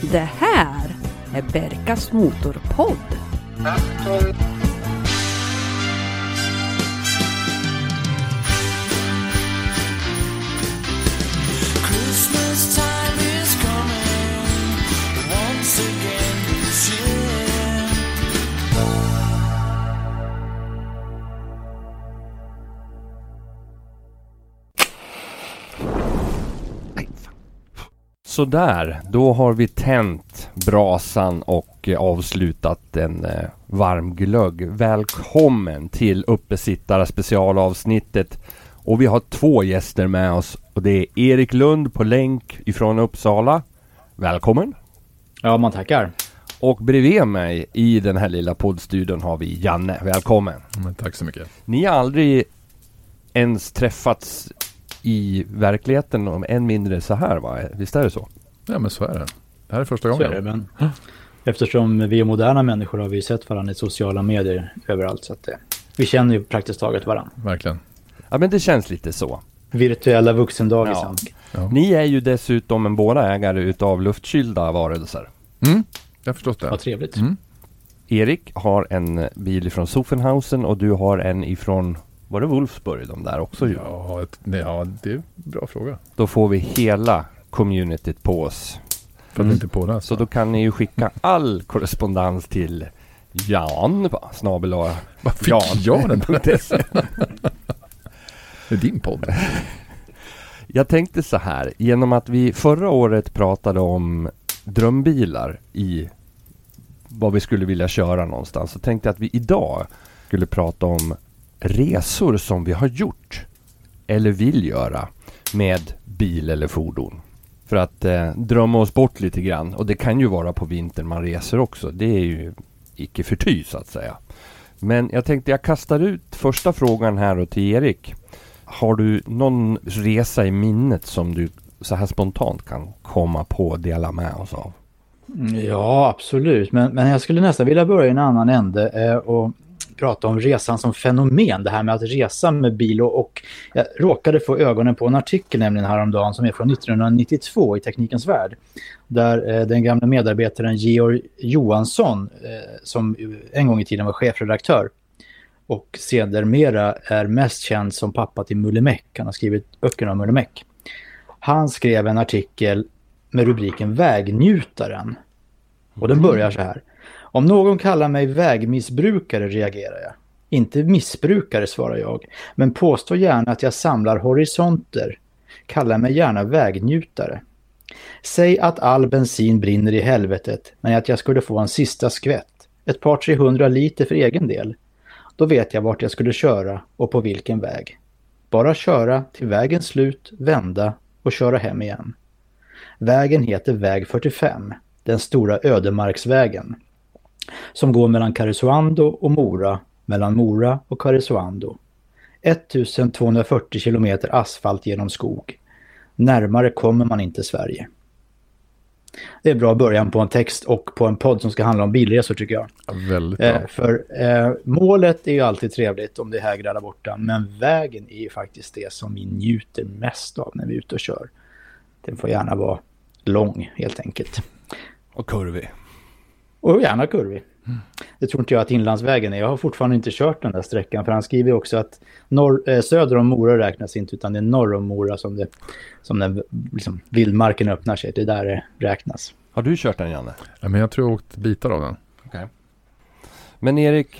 Det här är Berkas Motorpodd. Christmas time is coming once again this year. Så där, då har vi tänt brasan och avslutat en varm glögg. Välkommen till Uppesittare specialavsnittet. Och vi har 2 gäster med oss. Och det är Erik Lund på länk ifrån Uppsala. Välkommen. Ja, man tackar. Och bredvid mig i den här lilla poddstudion har vi Janne. Välkommen. Men tack så mycket. Ni har aldrig ens träffats i verkligheten, om än mindre så här, va? Visst är det så? Ja, men så är det. Det här är första Så gången. är det, men eftersom vi är moderna människor har vi sett varandra i sociala medier överallt. Så att vi känner ju praktiskt taget varandra. Verkligen. Ja, men det känns lite så. Virtuella vuxendagisen. Ja. Ni är ju dessutom en båda ägare utav luftkylda varelser. Jag har förstått det. Vad trevligt. Erik har en bil från Zuffenhausen och du har en ifrån, var det Wolfsburg de där också? Ja, det är en bra fråga. Då får vi hela communityt på oss. För att inte på det. Så då kan ni ju skicka all korrespondens till Jan, snabel-a Vad fick jag den? Jan.se. Det är din podd. Jag tänkte så här, genom att vi förra året pratade om drömbilar i vad vi skulle vilja köra någonstans, så tänkte jag att vi idag skulle prata om resor som vi har gjort eller vill göra med bil eller fordon. För att drömma oss bort lite grann. Och det kan ju vara på vintern man reser också. Det är ju icke förty så att säga. Men jag tänkte jag kastar ut första frågan här och till Erik. Har du någon resa i minnet som du så här spontant kan komma på och dela med oss av? Ja, absolut. Men jag skulle nästan vilja börja i en annan ände och prata om resan som fenomen. Det här med att resa med bil och jag råkade få ögonen på en artikel nämligen häromdagen som är från 1992 i Teknikens Värld. Där den gamla medarbetaren Georg Johansson som en gång i tiden var chefredaktör och sedermera är mest känd som pappa till Mulle Meck. Han har skrivit böckerna om Mulle Meck. Han skrev en artikel med rubriken Vägnjutaren. Och den börjar så här. Om någon kallar mig vägmissbrukare reagerar jag. Inte missbrukare svarar jag. Men påstår gärna att jag samlar horisonter. Kalla mig gärna vägnjutare. Säg att all bensin brinner i helvetet. Men att jag skulle få en sista skvätt. Ett par 300 liter för egen del. Då vet jag vart jag skulle köra och på vilken väg. Bara köra till vägens slut, vända och köra hem igen. Vägen heter väg 45. Den stora ödemarksvägen. Som går mellan Karesuando och Mora, mellan Mora och Karesuando. 1240 kilometer asfalt genom skog. Närmare kommer man inte Sverige. Det är bra början på en text och på en podd som ska handla om bilresor tycker jag. Ja, väldigt bra. För målet är ju alltid trevligt om det är högre där borta. Men vägen är ju faktiskt det som vi njuter mest av när vi är ute och kör. Den får gärna vara lång helt enkelt. Och kurvig. Och gärna kurvig. Det tror inte jag att inlandsvägen är. Jag har fortfarande inte kört den där sträckan. För han skriver också att söder om Mora räknas inte. Utan det är norr om Mora som den liksom, vildmarken öppnar sig. Det är där det räknas. Har du kört den, Janne? Ja, men jag tror jag åkt bitar av den. Okay. Men Erik,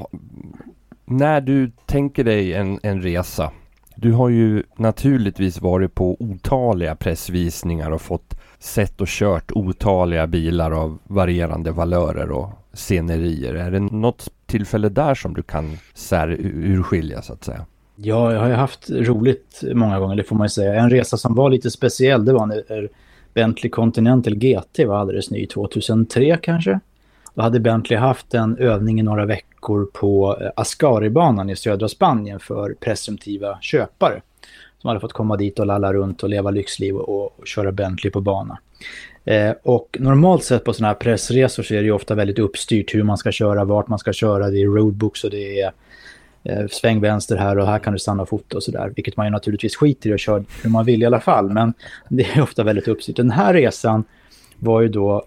när du tänker dig en resa. Du har ju naturligtvis varit på otaliga pressvisningar och fått sett och kört otaliga bilar av varierande valörer och scenerier. Är det något tillfälle där som du kan urskilja så att säga? Ja, jag har ju haft roligt många gånger, det får man ju säga. En resa som var lite speciell, det var när Bentley Continental GT var alldeles ny, 2003 kanske. Då hade Bentley haft en övning i några veckor på Ascari-banan i södra Spanien för presumtiva köpare. Som hade fått komma dit och lalla runt och leva lyxliv och köra Bentley på bana. Och normalt sett på sådana här pressresor så är det ju ofta väldigt uppstyrt hur man ska köra, vart man ska köra. Det är roadbooks och det är sväng vänster här och här kan du stanna och fota och sådär. Vilket man ju naturligtvis skiter i och kör hur man vill i alla fall. Men det är ofta väldigt uppstyrt. Den här resan var ju då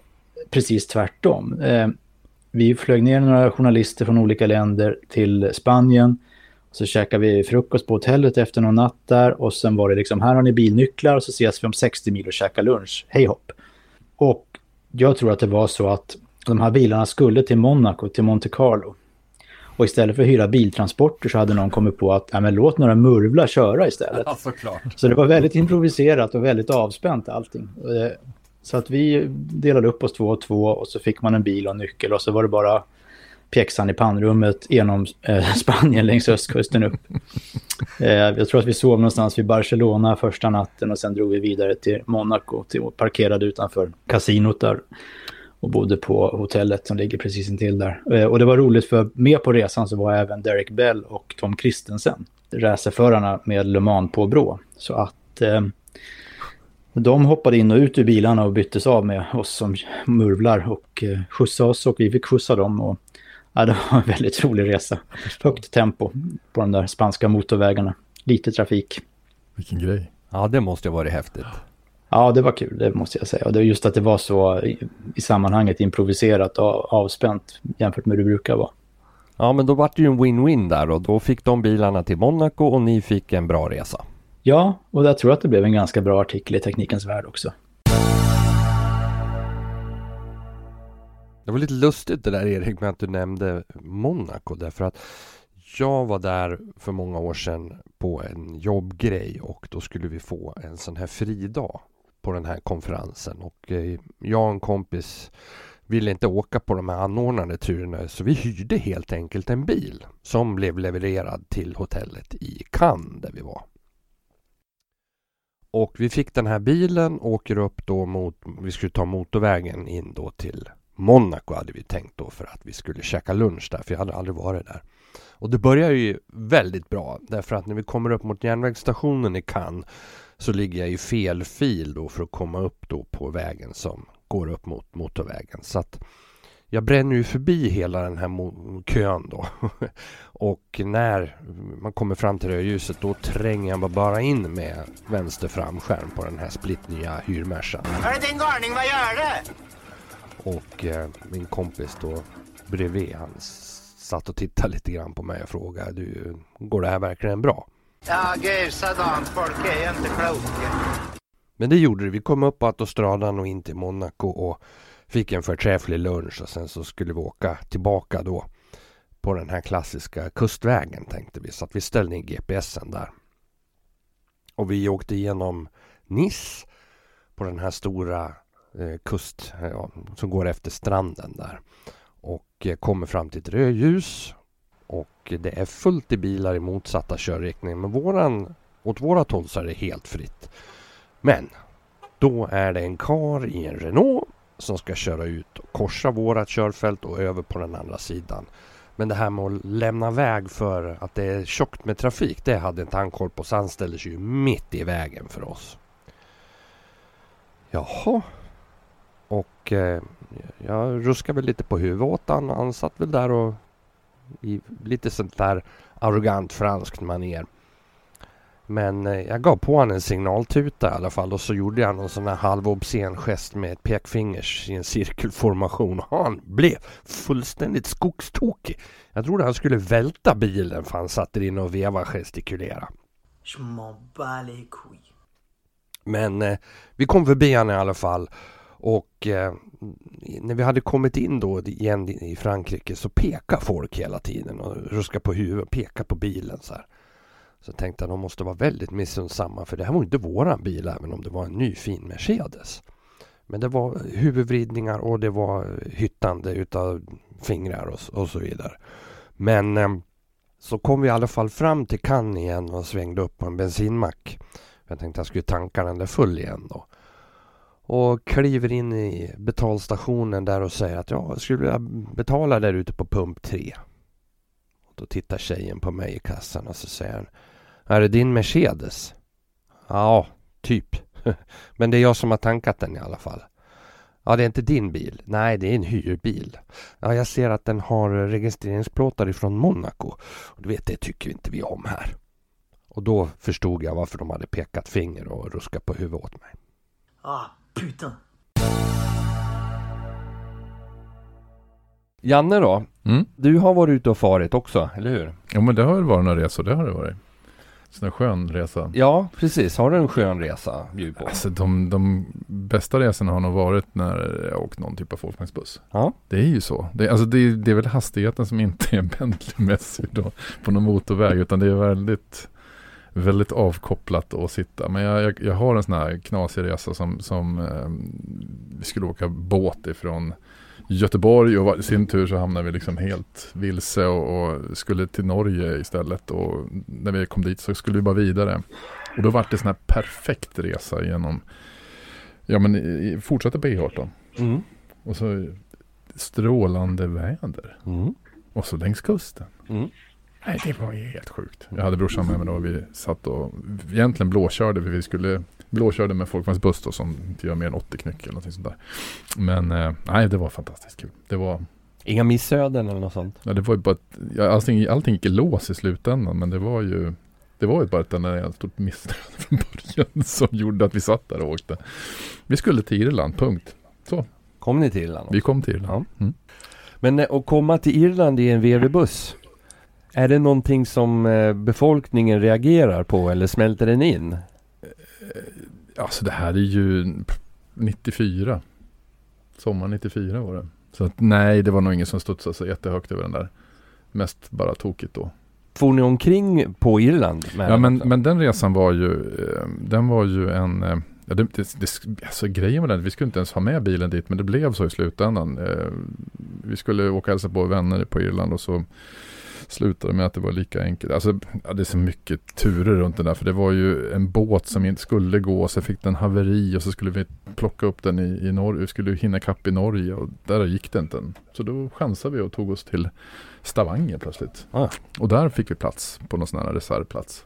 precis tvärtom. Vi flög ner några journalister från olika länder till Spanien. Så käkade vi frukost på hotellet efter någon natt där. Och sen var det liksom, här har ni bilnycklar och så ses vi om 60 mil och käkar lunch. Hej hopp. Och jag tror att det var så att de här bilarna skulle till Monaco, till Monte Carlo. Och istället för att hyra biltransporter så hade någon kommit på att men låt några murvlar köra istället. Ja, såklart. Så det var väldigt improviserat och väldigt avspänt allting. Så att vi delade upp oss 2 och 2 och så fick man en bil och en nyckel och så var det bara pjäxan i pannrummet genom Spanien längs östkusten upp. Jag tror att vi sov någonstans vid Barcelona första natten och sen drog vi vidare till Monaco och parkerade utanför kasinot där och bodde på hotellet som ligger precis intill där. Och det var roligt för med på resan så var även Derek Bell och Tom Christensen, racerförarna med Le Mans på Brå. Så att de hoppade in och ut ur bilarna och byttes av med oss som murvlar och skjutsade oss och vi fick skjutsa dem. Och, ja, det var en väldigt rolig resa. Högt tempo på de där spanska motorvägarna. Lite trafik. Vilken grej. Ja, det måste ju ha varit häftigt. Ja, det var kul, det måste jag säga. Och det är just att det var så i sammanhanget improviserat och avspänt jämfört med hur det brukar vara. Ja, men då var det ju en win-win där och då fick de bilarna till Monaco och ni fick en bra resa. Ja, och jag tror att det blev en ganska bra artikel i Teknikens Värld också. Det var lite lustigt det där, Erik, med att du nämnde Monaco därför att jag var där för många år sedan på en jobbgrej och då skulle vi få en sån här fridag på den här konferensen och jag och en kompis ville inte åka på de här anordnade turerna så vi hyrde helt enkelt en bil som blev levererad till hotellet i Cannes där vi var. Och vi fick den här bilen och åker upp då mot, vi skulle ta motorvägen in då till Monaco hade vi tänkt då för att vi skulle käka lunch där för jag hade aldrig varit där. Och det börjar ju väldigt bra därför att när vi kommer upp mot järnvägsstationen i Cannes så ligger jag i fel fil då för att komma upp då på vägen som går upp mot motorvägen. Så att jag bränner ju förbi hela den här kön då. Och när man kommer fram till rödljuset då tränger jag bara in med vänster framskärm på den här splittnya hyrmärsan. Är det din garning, vad gör det? Och min kompis då bredvid han satt och tittade lite grann på mig och frågade du, går det här verkligen bra? Ja, gud, sådant folk är ju inte kloka. Men det gjorde det. Vi kom upp på autostradan och in till Monaco och fick en förträfflig lunch och sen så skulle vi åka tillbaka då på den här klassiska kustvägen tänkte vi. Så att vi ställde in GPSen där. Och vi åkte igenom Nice på den här stora kust som går efter stranden där. Och kommer fram till ett rödljus och det är fullt i bilar i motsatta körriktning. Men åt vårat håll så är det helt fritt. Men då är det en kar i en Renault som ska köra ut och korsa vårat körfält och över på den andra sidan. Men det här med att lämna väg för att det är tjockt med trafik, det hade inte han koll på. Så han ställer sig ju mitt i vägen för oss. Jaha. Och jag ruskade väl lite på huvudet åt han. Han satt väl där och i lite sånt där arrogant franskt manér. Men jag gav på han en signaltuta i alla fall. Och så gjorde jag någon sån här halvobscen gest med ett pekfingers i en cirkelformation. Och han blev fullständigt skogstokig. Jag trodde han skulle välta bilen för han satt in och veva gestikulera. Men vi kom förbi han i alla fall. Och när vi hade kommit in då igen i Frankrike så pekar folk hela tiden och ruskar på huvudet och pekar på bilen så här. Så tänkte jag att de måste vara väldigt missunnsamma för det här var inte våran bil även om det var en ny fin Mercedes. Men det var huvudvridningar och det var hyttande utav fingrar och så vidare. Men så kom vi i alla fall fram till Cannes igen och svängde upp på en bensinmack. Jag tänkte att jag skulle tanka den där full igen då. Och kliver in i betalstationen där och säger att jag skulle vilja betala där ute på pump 3. Och då tittar tjejen på mig i kassan och så säger han, är det din Mercedes? Ja, typ. Men det är jag som har tankat den i alla fall. Ja, det är inte din bil. Nej, det är en hyrbil. Ja, jag ser att den har registreringsplåtar ifrån Monaco. Och du vet, det tycker inte vi om här. Och då förstod jag varför de hade pekat finger och ruskat på huvudet åt mig. Ah, putain. Janne då? Mm. Du har varit ute och farit också, eller hur? Ja, men det har väl varit några resor, det har det varit. Sån här skön resa. Ja, precis. Har du en skön resa bjud på? Alltså de bästa resorna har nog varit när jag åkt någon typ av folkvagnsbuss. Ja. Det är ju så. Det är väl hastigheten som inte är Bentley-mässig då på någon motorväg, utan det är väldigt, väldigt avkopplat att sitta. Men jag har en sån här knasig resa som vi skulle åka båt ifrån Göteborg, och i sin tur så hamnade vi liksom helt vilse och skulle till Norge istället, och när vi kom dit så skulle vi bara vidare, och då var det sån här perfekt resa genom fortsatte på E18 och så strålande väder och så längs kusten. Nej, det var helt sjukt. Jag hade brorsan med mig då, och vi satt och egentligen blåkörde, för vi skulle blåkörde med folkvagnsbuss då, som inte gör mer än 80 knyck eller något sånt där. Men nej, det var fantastiskt kul. Det var inga missöden eller något sånt? Ja, det var ju bara allting gick i lås i slutändan, men det var ju bara ett enda stort missöde från början som gjorde att vi satt där och åkte. Vi skulle till Irland, punkt. Så. Kom ni till Irland? Vi kom till Irland. Ja. Mm. Men att komma till Irland i en VW-buss, är det någonting som befolkningen reagerar på, eller smälter den in? Alltså det här är ju 94. Sommar 94 var det. Så att, nej, det var nog ingen som studsade så jättehögt över den där. Mest bara tokigt då. Får ni omkring på Irland? Ja, men den resan var ju en... alltså grejen var den, vi skulle inte ens ha med bilen dit, men det blev så i slutändan. Vi skulle åka hälsa på vänner på Irland, och så slutade med att det var lika enkelt. Alltså, det är så mycket turer runt det där, för det var ju en båt som inte skulle gå, så fick den haveri, och så skulle vi plocka upp den i Norge, vi skulle hinna kapp i Norge, och där gick det inte. Så då chansade vi och tog oss till Stavanger plötsligt. Och där fick vi plats på någon sån här reservplats.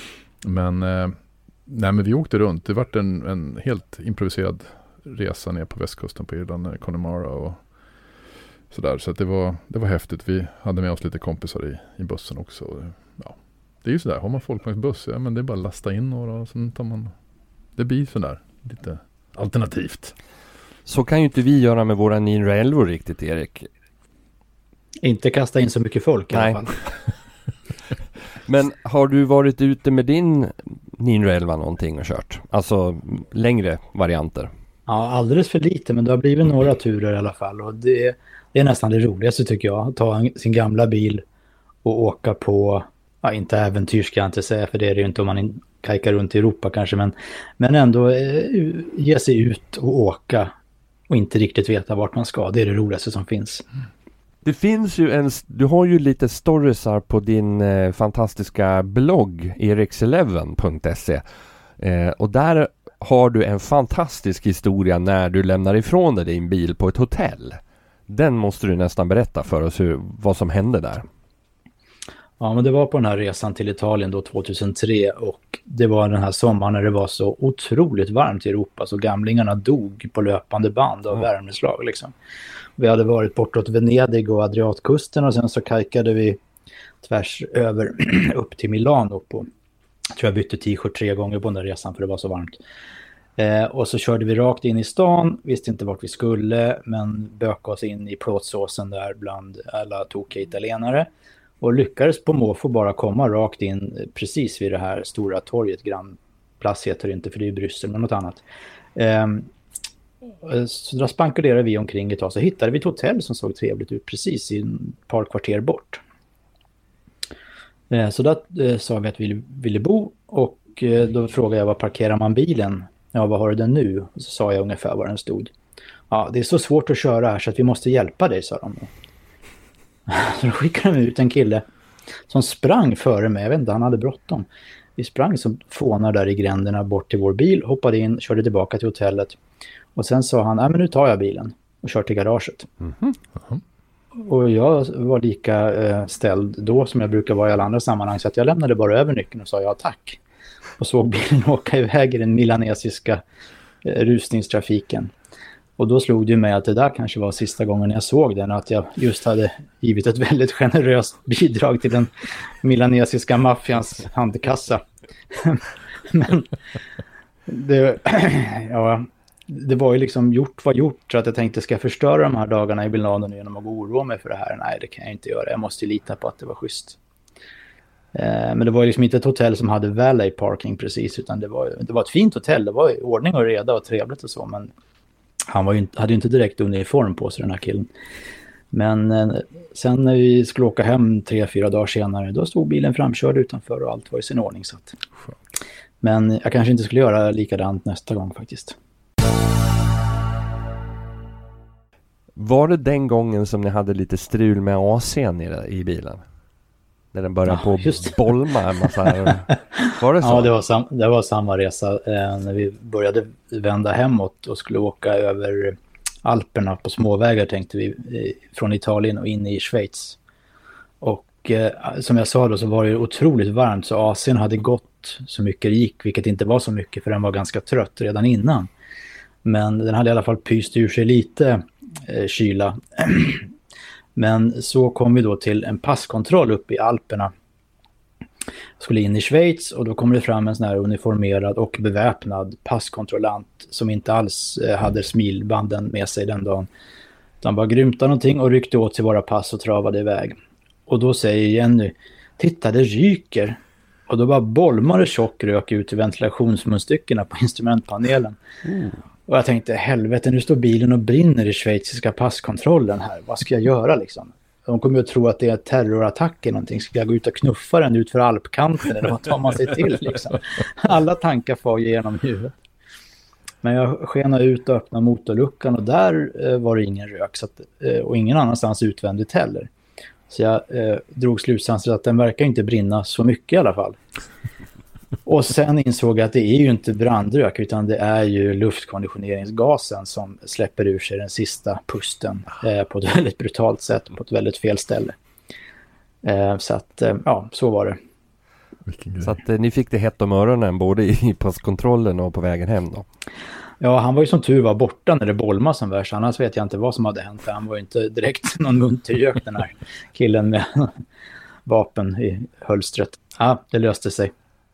Men vi åkte runt. Det var en helt improviserad resa ner på västkusten på Irland, Connemara och sådär. Så att det var häftigt. Vi hade med oss lite kompisar i bussen också. Ja, det är ju sådär. Har man folkvagnsbuss, men det är bara att lasta in några, och sen tar man... Det blir sådär lite alternativt. Så kan ju inte vi göra med våra 911 riktigt, Erik. Inte kasta in så mycket folk i alla fall. Men har du varit ute med din 911 någonting och kört? Alltså längre varianter? Ja, alldeles för lite, men det har blivit några turer i alla fall. Och det är nästan det roligaste tycker jag. Att ta sin gamla bil och åka på, inte äventyr ska jag inte säga, för det är det ju inte om man kajkar runt i Europa kanske. Men ändå ge sig ut och åka och inte riktigt veta vart man ska. Det är det roligaste som finns. Det finns ju du har ju lite storiesar på din fantastiska blogg eriks11.se och där har du en fantastisk historia när du lämnar ifrån dig din bil på ett hotell. Den måste du nästan berätta för oss vad som hände där. Ja, men det var på den här resan till Italien då 2003, och det var den här sommaren när det var så otroligt varmt i Europa, så gamlingarna dog på löpande band av värmeslag liksom. Vi hade varit bortåt Venedig och Adriatkusten, och sen så kajkade vi tvärs över upp till Milano på, jag tror jag bytte t-shirt 3 gånger på den där resan för det var så varmt. Och så körde vi rakt in i stan, visste inte vart vi skulle, men bökade oss in i plåtsåsen där bland alla tokiga italienare. Och lyckades på måfå bara komma rakt in precis vid det här stora torget. Grand Place heter det inte, för det är i Bryssel, men något annat. Så där spankulerade vi omkring ett tag. Så hittade vi ett hotell som såg trevligt ut precis i ett par kvarter bort. Så där sa vi att vi ville bo. Och då frågade jag, var parkerar man bilen? Ja, vad har du den nu? Och så sa jag ungefär var den stod. Ja, det är så svårt att köra här så att vi måste hjälpa dig, sa de. Så då skickade de ut en kille som sprang före mig. Jag vet inte, han hade bråttom. Vi sprang som fånar där i gränderna bort till vår bil, hoppade in, körde tillbaka till hotellet. Och sen sa han, men nu tar jag bilen och kör till garaget. Och jag var lika ställd då som jag brukar vara i alla andra sammanhang, så att jag lämnade bara över nyckeln och sa ja tack. Och såg bilen åka iväg i den milanesiska rusningstrafiken. Och då slog det mig att det där kanske var sista gången jag såg den, att jag just hade givit ett väldigt generöst bidrag till den milanesiska maffians handkassa. Men det, det var ju liksom gjort så att jag tänkte, ska jag förstöra de här dagarna i Bin Laden genom att gå och oroa mig för det här? Nej, det kan jag inte göra. Jag måste ju lita på att det var schysst. Men det var ju liksom inte ett hotell som hade valet parking precis, utan det var ett fint hotell. Det var ordning och reda och trevligt och så, men han hade ju inte direkt uniform på sig, den här killen. Men sen när vi skulle åka hem 3-4 dagar senare, då stod bilen framkörd utanför och allt var i sin ordning. Så att. Men jag kanske inte skulle göra likadant nästa gång faktiskt. Var det den gången som ni hade lite strul med AC:n i bilen? När den började på bolma en massa här. Var det så? Ja, det var samma resa. När vi började vända hemåt och skulle åka över Alperna på småvägar, tänkte vi, från Italien och in i Schweiz. Och som jag sa då, så var det otroligt varmt, så AC:n hade gått så mycket det gick, vilket inte var så mycket för den var ganska trött redan innan. Men den hade i alla fall pyst ur sig lite kyla. Men så kom vi då till en passkontroll uppe i Alperna. Skulle in i Schweiz och då kom det fram en sån här uniformerad och beväpnad passkontrollant som inte alls hade smilbanden med sig den dagen. Han bara grymtade någonting och ryckte åt sig våra pass och travade iväg. Och då säger Jenny, titta det ryker. Och då bara bolmar det tjock rök ut i ventilationsmunstyckena på instrumentpanelen. Och jag tänkte, helvete, nu står bilen och brinner i schweiziska passkontrollen här. Vad ska jag göra liksom? De kommer ju att tro att det är terrorattack eller någonting. Ska jag gå ut och knuffa den ut för alpkanten eller vad tar man sig till liksom? Alla tankar får igenom huvudet. Men jag skenade ut och öppnade motorluckan och där var det ingen rök. Så att, och ingen annanstans utvändigt heller. Så jag drog slutsatsen att den verkar inte brinna så mycket i alla fall. Och sen insåg jag att det är ju inte brandrök utan det är ju luftkonditioneringsgasen som släpper ur sig den sista pusten på ett väldigt brutalt sätt på ett väldigt fel ställe. Så att, ja, så var det. Så att ni fick det hett om öronen både i passkontrollen och på vägen hem då? Ja, han var ju som tur var borta när det bolmade som värst. Annars vet jag inte vad som hade hänt. För han var ju inte direkt någon muntergök, den här killen med vapen i hölstret. Ja, det löste sig.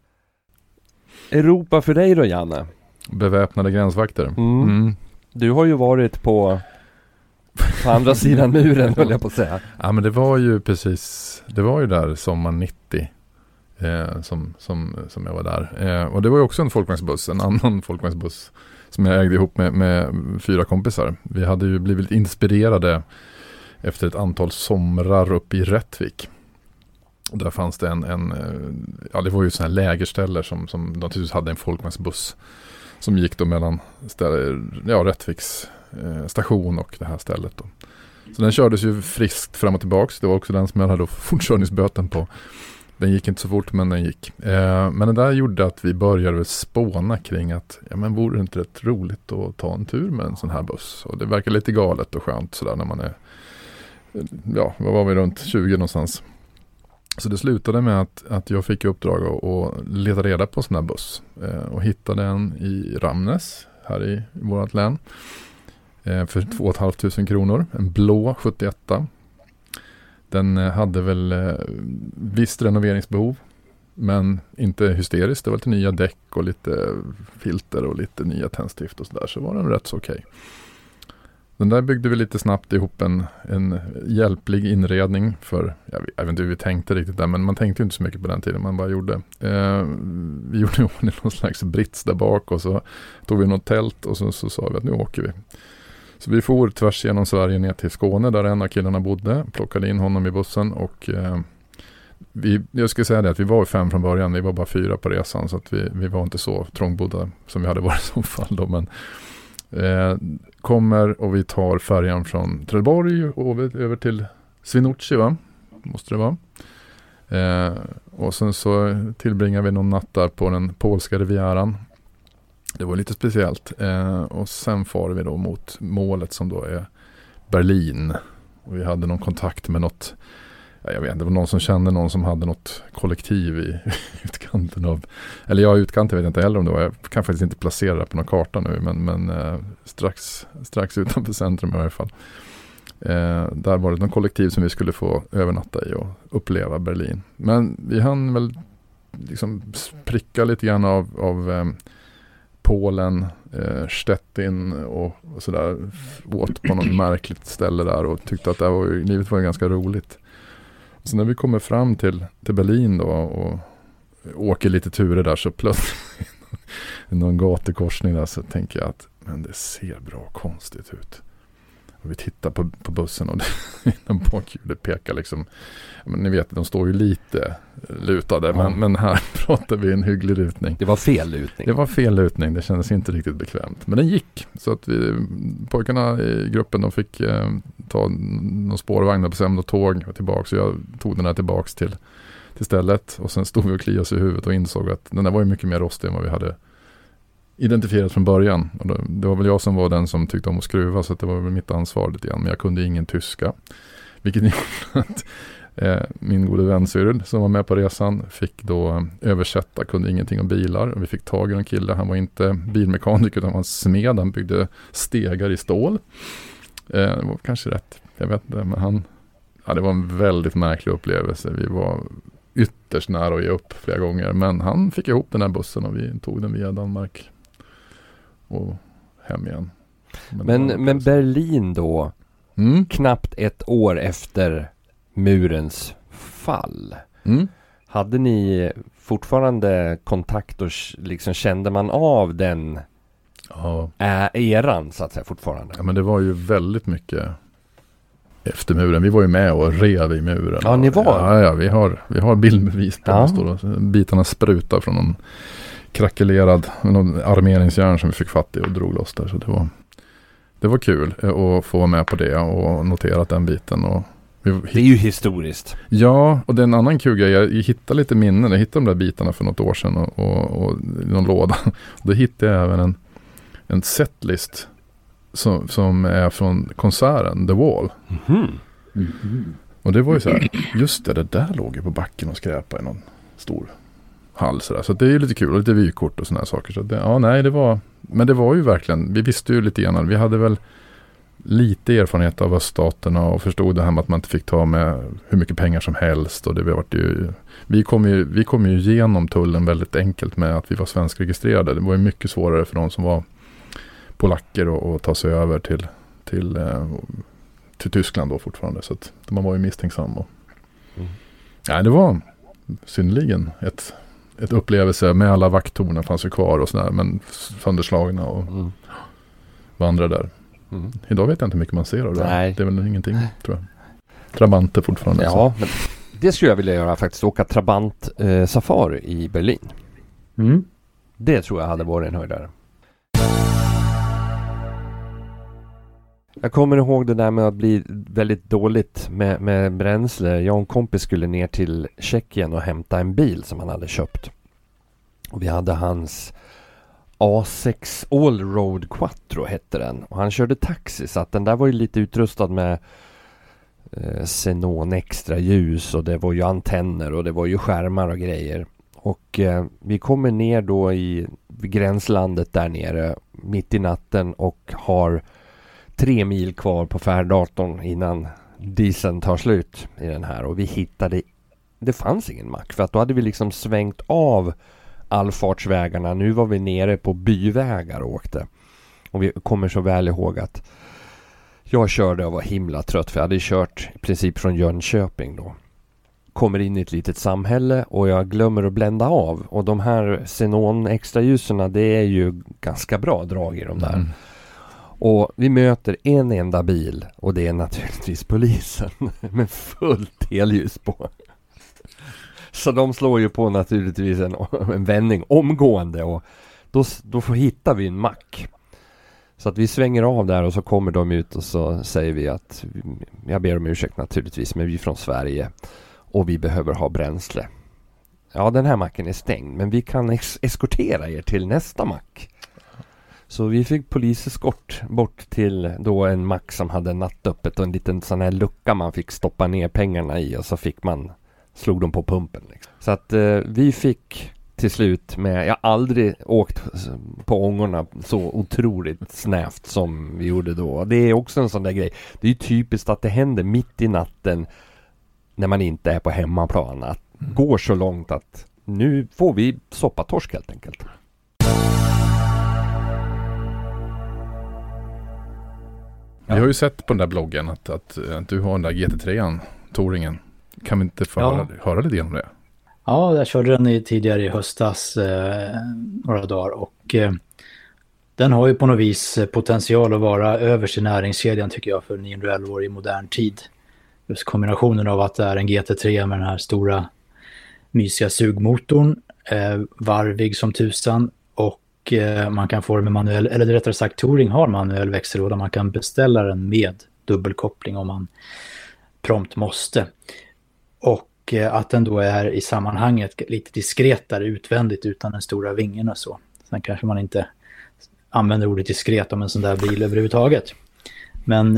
Europa för dig då, Janne? Beväpnade gränsvakter. Du har ju varit på andra sidan muren, höll jag på att säga. Ja, men det var ju precis, det var ju där sommar 90 som jag var där. Och det var ju också en folkvagnsbuss, en annan folkvagnsbuss som jag ägde ihop med 4 kompisar. Vi hade ju blivit inspirerade efter ett antal somrar uppe i Rättvik. Där fanns det det var ju sån här lägerställer som naturligtvis hade en folkvagnsbuss som gick då mellan Rättviks station och det här stället då. Så den kördes ju friskt fram och tillbaks. Det var också den som jag hade fortkörningsböten på. Den gick inte så fort, men den gick. Men det där gjorde att vi började spåna kring att men vore det inte rätt roligt att ta en tur med en sån här buss? Och det verkar lite galet och skönt sådär när man är, vad var vi, runt 20 någonstans. Så det slutade med att jag fick uppdrag att leta reda på en sån här buss. Och hittade en i Ramnäs här i vårt län. För 2 500 kronor. En blå 71. Den hade väl visst renoveringsbehov. Men inte hysteriskt. Det var lite nya däck och lite filter och lite nya tändstift och sådär. Så var den rätt så okej. Den där byggde vi lite snabbt ihop en hjälplig inredning för, jag vet inte hur vi tänkte riktigt där, men man tänkte ju inte så mycket på den tiden, man bara gjorde. Vi gjorde någon slags brits där bak och så tog vi något tält och så sa vi att nu åker vi. Så vi for tvärs genom Sverige ner till Skåne där en av killarna bodde, plockade in honom i bussen och jag ska säga det att vi var 5 från början, vi var bara 4 på resan så att vi var inte så trångbodda som vi hade varit i så fall då, men kommer och vi tar färjan från Trelleborg och över till Swinoujscie, va? Måste det vara. Och sen så tillbringar vi någon natt där på den polska rivieran. Det var lite speciellt. Och sen far vi då mot målet som då är Berlin. Och vi hade någon kontakt med något, jag vet inte, det var någon som kände någon som hade något kollektiv i utkanten av, eller utkanten vet jag inte heller om det var, jag kan faktiskt inte placera det på någon karta nu, men strax utanför centrum i varje fall. Där var det någon kollektiv som vi skulle få övernatta i och uppleva Berlin. Men vi hann väl liksom pricka lite grann av Polen, Stettin och sådär, åt på något märkligt ställe där och tyckte att livet var ganska roligt. Så när vi kommer fram till Berlin då och åker lite turer där, så plötsligt någon gatukorsning där, så tänker jag att men det ser bra konstigt ut. Och vi tittar på bussen och de bakhjulet pekar liksom, men ni vet, de står ju lite lutade, men här pratar vi en hygglig lutning. Det var fel lutning. Det var fel lutning, det kändes inte riktigt bekvämt. Men den gick, så att pojkarna i gruppen, de fick ta någon spårvagn och bestämda tåg och tillbaka. Så jag tog den här tillbaks till stället, och sen stod vi och kliade oss i huvudet och insåg att den där var ju mycket mer rostig än vad vi hade identifierat från början. Och det var väl jag som var den som tyckte om att skruva, så att det var väl mitt ansvar lite grann. Men jag kunde ingen tyska, vilket gjorde att min gode vän Cyril som var med på resan fick då översätta, kunde ingenting om bilar. Och vi fick tag i en kille, han var inte bilmekaniker utan han var smed, han byggde stegar i stål. Det var kanske rätt, jag vet inte, men det var en väldigt märklig upplevelse. Vi var ytterst nära att ge upp flera gånger, men han fick ihop den här bussen och vi tog den via Danmark och hem igen. Men Berlin då, knappt ett år efter murens fall. Hade ni fortfarande kontakt och liksom kände man av den eran så att säga fortfarande? Ja, men det var ju väldigt mycket efter muren. Vi var ju med och rev i muren. Ja, ni var? Ja, vi har bildbevis på bitarna sprutar från någon krackelerad någon armeringsjärn som vi fick fatt i och drog loss där. Så det var kul att få vara med på det och notera den biten. Och det är ju historiskt. Ja, och det är en annan kul grej. Jag hittade lite minnen. Jag hittade de där bitarna för något år sedan och i någon låda. Då hittade jag även en setlist som är från konserten The Wall. Och det var ju så här, just det där låg ju på backen och skräpade i någon stor hall sådär. Så det är ju lite kul, och lite vykort och såna här saker. Så men det var ju verkligen, vi visste ju lite grann, vi hade väl lite erfarenhet av öststaterna och förstod det här med att man inte fick ta med hur mycket pengar som helst, och vi kom ju igenom tullen väldigt enkelt med att vi var svenskregistrerade. Det var ju mycket svårare för de som var polacker att ta sig över till Tyskland då fortfarande, så att man var ju misstänksam. Det var synnerligen ett upplevelse med alla vakttornen fanns ju kvar och sådär, men sönderslagna och vandra där. Idag vet jag inte hur mycket man ser av det. Nej. Det är väl ingenting, tror jag. Trabanter fortfarande. Ja, men det skulle jag vilja göra faktiskt. Åka Trabant safari i Berlin. Det tror jag hade varit en höjdare. Jag kommer ihåg det där med att bli väldigt dåligt med bränsle. Jag och en kompis skulle ner till Tjeckien och hämta en bil som han hade köpt. Och vi hade hans A6 Allroad Quattro hette den. Och han körde taxi, så att den där var ju lite utrustad med xenon extra ljus, och det var ju antenner och det var ju skärmar och grejer. Och vi kommer ner då i gränslandet där nere mitt i natten och har 3 mil kvar på färddatorn innan dieseln tar slut i den här. Och vi hittade, det fanns ingen mack, för att då hade vi liksom svängt av allfartsvägarna. Nu var vi nere på byvägar och åkte. Och vi kommer så väl ihåg att jag körde och var himla trött, för jag hade kört i princip från Jönköping då. Kommer in i ett litet samhälle och jag glömmer att blända av. Och de här xenon extra ljuserna, det är ju ganska bra drag i de där. Och vi möter en enda bil, och det är naturligtvis polisen med fullt helljus på. Så de slår ju på naturligtvis en vändning omgående, och då hittar vi en mack. Så att vi svänger av där och så kommer de ut och så säger vi att jag ber om ursäkt naturligtvis, men vi är från Sverige och vi behöver ha bränsle. Ja, den här macken är stängd, men vi kan eskortera er till nästa mack. Så vi fick poliseskort bort till då en mack som hade nattöppet och en liten sån här lucka man fick stoppa ner pengarna i, och så slog de på pumpen. Liksom. Så att vi fick till slut jag har aldrig åkt på ångorna så otroligt snävt som vi gjorde då. Det är också en sån där grej. Det är ju typiskt att det händer mitt i natten när man inte är på hemmaplan. Att går så långt att nu får vi soppatorsk helt enkelt. Vi har ju sett på den där bloggen att du har den där GT3an, Touringen. Kan vi inte få höra lite om det? Ja, jag körde den tidigare i höstas några dagar och den har ju på något vis potential att vara överst i näringskedjan tycker jag för 911 år i modern tid. Just kombinationen av att det är en GT3 med den här stora mysiga sugmotorn, varvig som tusan och man kan få det med manuell, eller rättare sagt Touring har manuell växellåda, man kan beställa den med dubbelkoppling om man prompt måste. Och att den då är i sammanhanget lite diskretare utvändigt utan den stora vingen och så. Sen kanske man inte använder ordet diskret om en sån där bil överhuvudtaget. Men,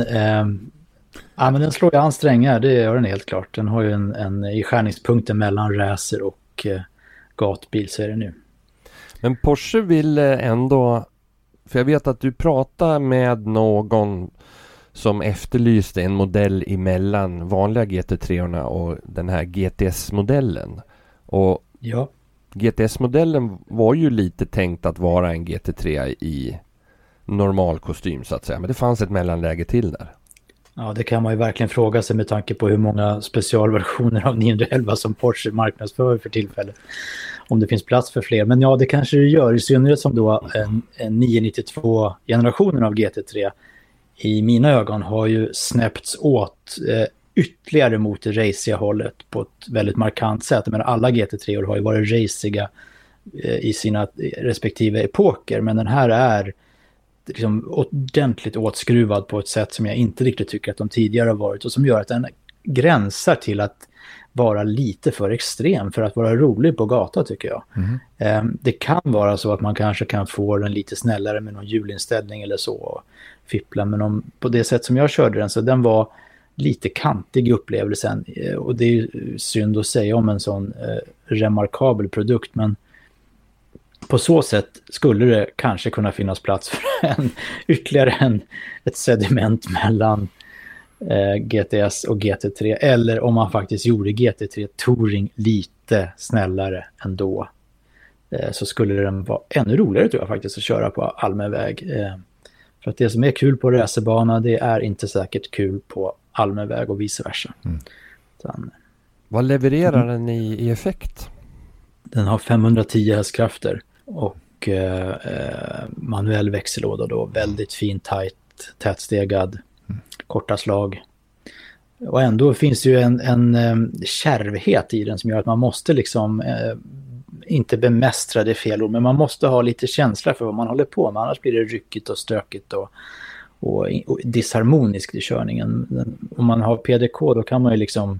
men den slår ju an strängar, det gör den helt klart. Den har ju en i skärningspunkten mellan racer och gatbil så är det nu. Men Porsche vill ändå, för jag vet att du pratar med någon som efterlyste en modell emellan vanliga GT3-orna och den här GTS-modellen. Och ja. GTS-modellen var ju lite tänkt att vara en GT3 i normal kostym så att säga. Men det fanns ett mellanläge till där. Ja, det kan man ju verkligen fråga sig med tanke på hur många specialversioner av 911 som Porsche marknadsför för tillfället. Om det finns plats för fler. Men ja, det kanske det gör. I synnerhet som då en 992-generationen av GT3 i mina ögon har ju snäppts åt ytterligare mot det raciga hållet på ett väldigt markant sätt. Men alla GT3-or har ju varit raciga i sina respektive epoker. Men den här är liksom ordentligt åtskruvad på ett sätt som jag inte riktigt tycker att de tidigare har varit. Och som gör att den gränsar till att vara lite för extrem för att vara rolig på gata tycker jag. Det kan vara så att man kanske kan få den lite snällare med någon hjulinställning eller så och fippla. Men på det sätt som jag körde den så den var lite kantig upplevelsen. Och det är ju synd att säga om en sån remarkabel produkt, men på så sätt skulle det kanske kunna finnas plats för ytterligare ett sediment mellan GTS och GT3, eller om man faktiskt gjorde GT3 Touring lite snällare ändå, så skulle den vara ännu roligare tror jag faktiskt att köra på allmän väg. För att det som är kul på racerbana, det är inte säkert kul på allmän väg och vice versa. Vad levererar den i effekt? Den har 510 hästkrafter och manuell växellåda då, väldigt fin, tätstegad, korta slag. Och ändå finns det ju en kärvhet i den som gör att man måste liksom inte bemästra det fel ord, men man måste ha lite känsla för vad man håller på med, annars blir det ryckigt och stökigt och disharmoniskt i körningen. Om man har PDK då kan man ju liksom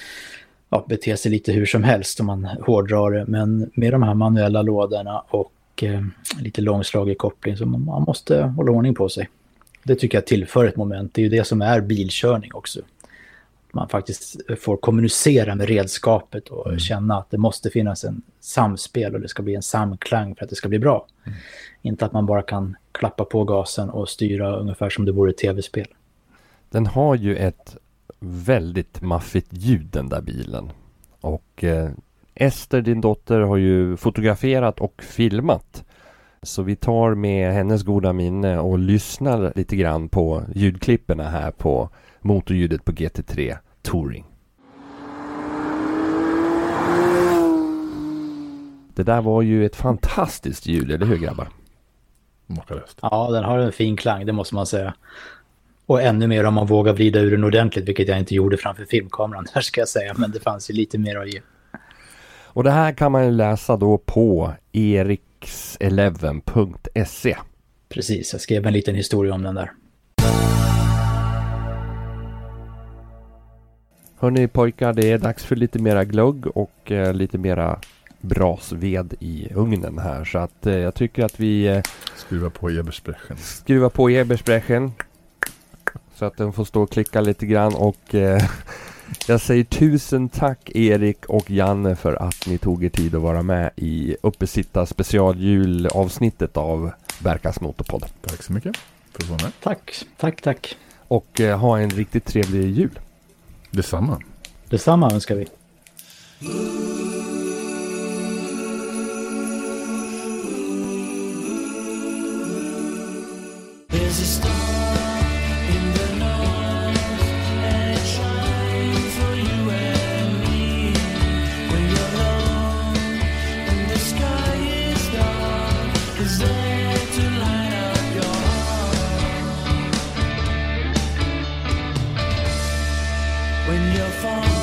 bete sig lite hur som helst om man hårdrar det, men med de här manuella lådorna och lite långslagig koppling så man måste hålla ordning på sig. Det tycker jag tillför ett moment. Det är ju det som är bilkörning också. Man faktiskt får kommunicera med redskapet och känna att det måste finnas en samspel och det ska bli en samklang för att det ska bli bra. Inte att man bara kan klappa på gasen och styra ungefär som det vore ett tv-spel. Den har ju ett väldigt maffigt ljud den där bilen. Och Ester, din dotter, har ju fotograferat och filmat. Så vi tar med hennes goda minne och lyssnar lite grann på ljudklipperna här på motorljudet på GT3 Touring. Det där var ju ett fantastiskt ljud, eller hur grabbar? Makalöst. Ja, den har en fin klang, det måste man säga. Och ännu mer om man vågar vrida ur den ordentligt, vilket jag inte gjorde framför filmkameran där ska jag säga, men det fanns ju lite mer att ge. Och det här kan man ju läsa då på eriks11.se. Precis, jag skrev en liten historia om den där. Hörrni pojkar, det är dags för lite mera glögg och lite mera brasved i ugnen här. Så att jag tycker att vi skruvar på Ebersbrechen. Så att den får stå och klicka lite grann. Och jag säger tusen tack Erik och Janne för att ni tog er tid att vara med i Uppesitta specialjulavsnittet av Berkas Motorpodd. Tack så mycket för att vara med. Tack. Och ha en riktigt trevlig jul. Detsamma önskar vi. There's a star in to light up your heart. When you're falling